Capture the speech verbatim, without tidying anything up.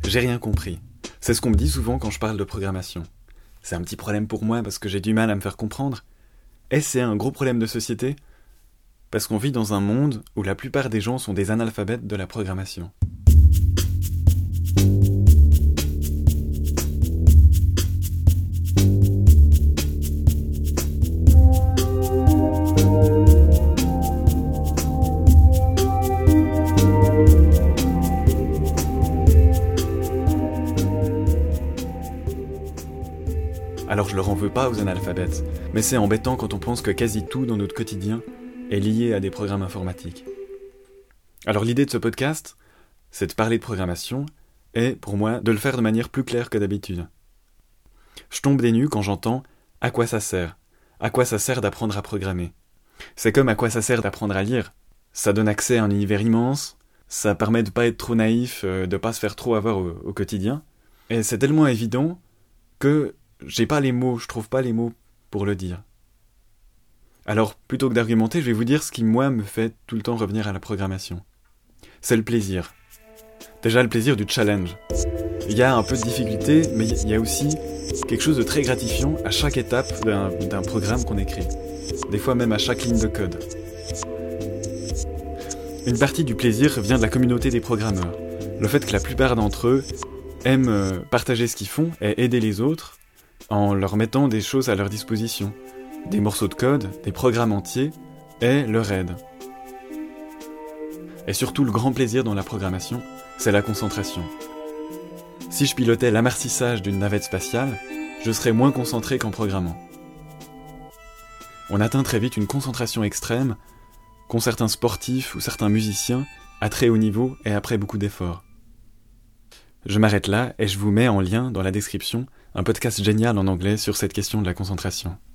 J'ai rien compris. C'est ce qu'on me dit souvent quand je parle de programmation. C'est un petit problème pour moi parce que j'ai du mal à me faire comprendre. Et c'est un gros problème de société parce qu'on vit dans un monde où la plupart des gens sont des analphabètes de la programmation. Alors je leur en veux pas aux analphabètes, mais c'est embêtant quand on pense que quasi tout dans notre quotidien est lié à des programmes informatiques. Alors l'idée de ce podcast, c'est de parler de programmation, et pour moi, de le faire de manière plus claire que d'habitude. Je tombe des nues quand j'entends « à quoi ça sert ?» À quoi ça sert d'apprendre à programmer ? C'est comme à quoi ça sert d'apprendre à lire. Ça donne accès à un univers immense, ça permet de pas être trop naïf, de pas se faire trop avoir au, au quotidien, et c'est tellement évident que j'ai pas les mots, je trouve pas les mots pour le dire. Alors, plutôt que d'argumenter, je vais vous dire ce qui, moi, me fait tout le temps revenir à la programmation. C'est le plaisir. Déjà, le plaisir du challenge. Il y a un peu de difficulté, mais il y a aussi quelque chose de très gratifiant à chaque étape d'un, d'un programme qu'on écrit. Des fois même à chaque ligne de code. Une partie du plaisir vient de la communauté des programmeurs. Le fait que la plupart d'entre eux aiment partager ce qu'ils font et aider les autres, en leur mettant des choses à leur disposition, des morceaux de code, des programmes entiers, et leur aide. Et surtout, le grand plaisir dans la programmation, c'est la concentration. Si je pilotais l'amartissage d'une navette spatiale, je serais moins concentré qu'en programmant. On atteint très vite une concentration extrême qu'ont certains sportifs ou certains musiciens à très haut niveau et après beaucoup d'efforts. Je m'arrête là et je vous mets en lien dans la description un podcast génial en anglais sur cette question de la concentration.